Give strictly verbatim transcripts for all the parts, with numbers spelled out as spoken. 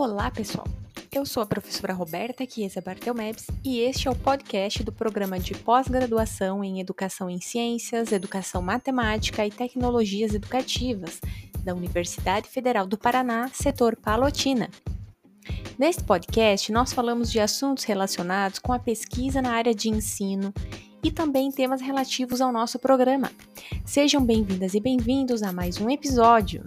Olá, pessoal! Eu sou a professora Roberta Chiesa Bartelmebs e este é o podcast do programa de pós-graduação em Educação em Ciências, Educação Matemática e Tecnologias Educativas da Universidade Federal do Paraná, setor Palotina. Neste podcast, nós falamos de assuntos relacionados com a pesquisa na área de ensino e também temas relativos ao nosso programa. Sejam bem-vindas e bem-vindos a mais um episódio.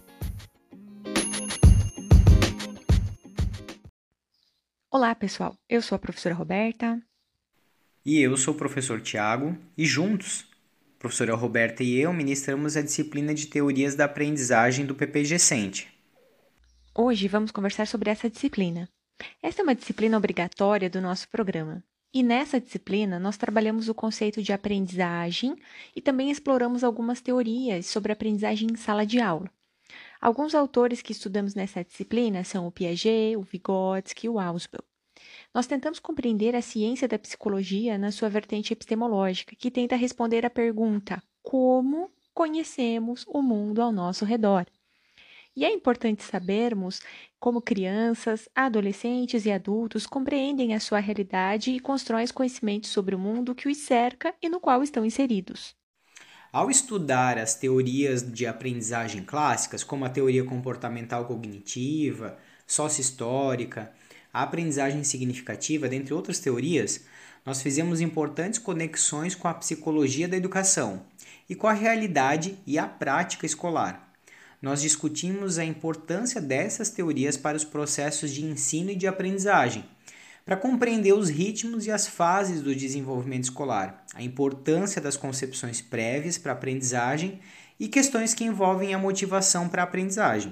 Olá, pessoal! Eu sou a professora Roberta. E eu sou o professor Tiago, e juntos, a professora Roberta e eu ministramos a disciplina de Teorias da Aprendizagem do P P G-Cent. Hoje vamos conversar sobre essa disciplina. Esta é uma disciplina obrigatória do nosso programa. E nessa disciplina, nós trabalhamos o conceito de aprendizagem e também exploramos algumas teorias sobre aprendizagem em sala de aula. Alguns autores que estudamos nessa disciplina são o Piaget, o Vygotsky e o Ausubel. Nós tentamos compreender a ciência da psicologia na sua vertente epistemológica, que tenta responder à pergunta: como conhecemos o mundo ao nosso redor? E é importante sabermos como crianças, adolescentes e adultos compreendem a sua realidade e constroem os conhecimentos sobre o mundo que os cerca e no qual estão inseridos. Ao estudar as teorias de aprendizagem clássicas, como a teoria comportamental cognitiva, sócio-histórica, a aprendizagem significativa, dentre outras teorias, nós fizemos importantes conexões com a psicologia da educação e com a realidade e a prática escolar. Nós discutimos a importância dessas teorias para os processos de ensino e de aprendizagem, para compreender os ritmos e as fases do desenvolvimento escolar, a importância das concepções prévias para a aprendizagem e questões que envolvem a motivação para a aprendizagem.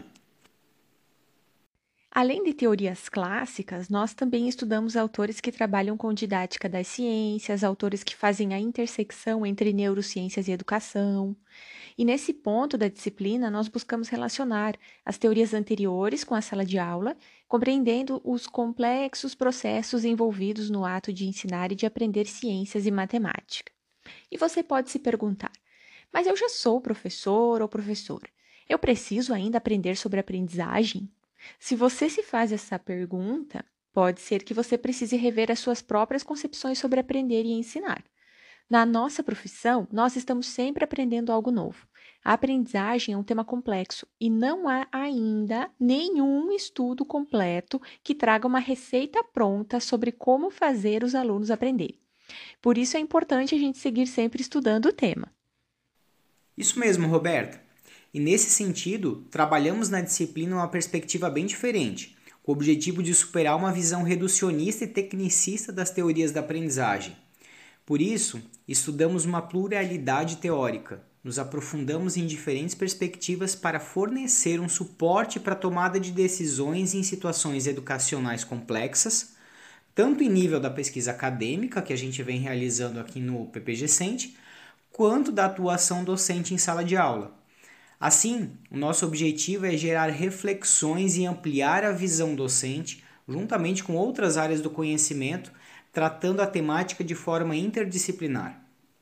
Além de teorias clássicas, nós também estudamos autores que trabalham com didática das ciências, autores que fazem a intersecção entre neurociências e educação. E nesse ponto da disciplina, nós buscamos relacionar as teorias anteriores com a sala de aula, compreendendo os complexos processos envolvidos no ato de ensinar e de aprender ciências e matemática. E você pode se perguntar: mas eu já sou professor ou professora, eu preciso ainda aprender sobre aprendizagem? Se você se faz essa pergunta, pode ser que você precise rever as suas próprias concepções sobre aprender e ensinar. Na nossa profissão, nós estamos sempre aprendendo algo novo. A aprendizagem é um tema complexo e não há ainda nenhum estudo completo que traga uma receita pronta sobre como fazer os alunos aprenderem. Por isso é importante a gente seguir sempre estudando o tema. Isso mesmo, Roberta. E nesse sentido, trabalhamos na disciplina uma perspectiva bem diferente, com o objetivo de superar uma visão reducionista e tecnicista das teorias da aprendizagem. Por isso, estudamos uma pluralidade teórica, nos aprofundamos em diferentes perspectivas para fornecer um suporte para a tomada de decisões em situações educacionais complexas, tanto em nível da pesquisa acadêmica, que a gente vem realizando aqui no P P G-Cent, quanto da atuação docente em sala de aula. Assim, o nosso objetivo é gerar reflexões e ampliar a visão docente, juntamente com outras áreas do conhecimento, tratando a temática de forma interdisciplinar.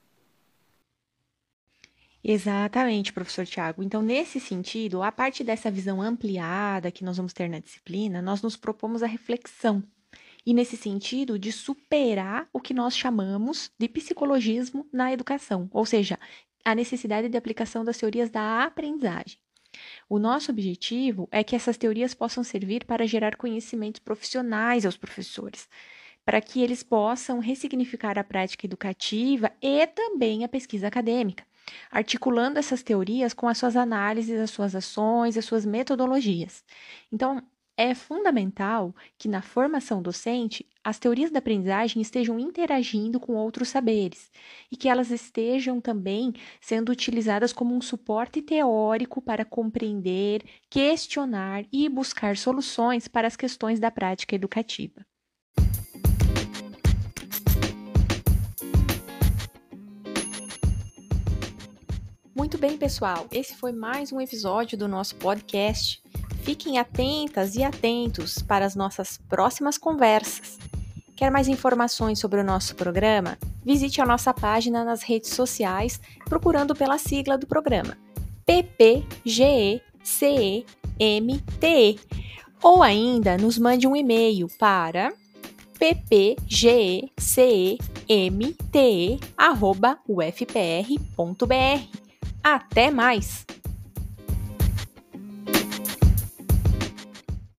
Exatamente, professor Tiago. Então, nesse sentido, a parte dessa visão ampliada que nós vamos ter na disciplina, nós nos propomos a reflexão. E nesse sentido, de superar o que nós chamamos de psicologismo na educação, ou seja, a necessidade de aplicação das teorias da aprendizagem. O nosso objetivo é que essas teorias possam servir para gerar conhecimentos profissionais aos professores, para que eles possam ressignificar a prática educativa e também a pesquisa acadêmica, articulando essas teorias com as suas análises, as suas ações, as suas metodologias. Então, é fundamental que na formação docente as teorias da aprendizagem estejam interagindo com outros saberes e que elas estejam também sendo utilizadas como um suporte teórico para compreender, questionar e buscar soluções para as questões da prática educativa. Muito bem, pessoal, esse foi mais um episódio do nosso podcast. Fiquem atentas e atentos para as nossas próximas conversas. Quer mais informações sobre o nosso programa? Visite a nossa página nas redes sociais procurando pela sigla do programa P P G E C E M T E Ou ainda nos mande um e-mail para p p g e c e m t e arroba u f p r ponto b r. Até mais!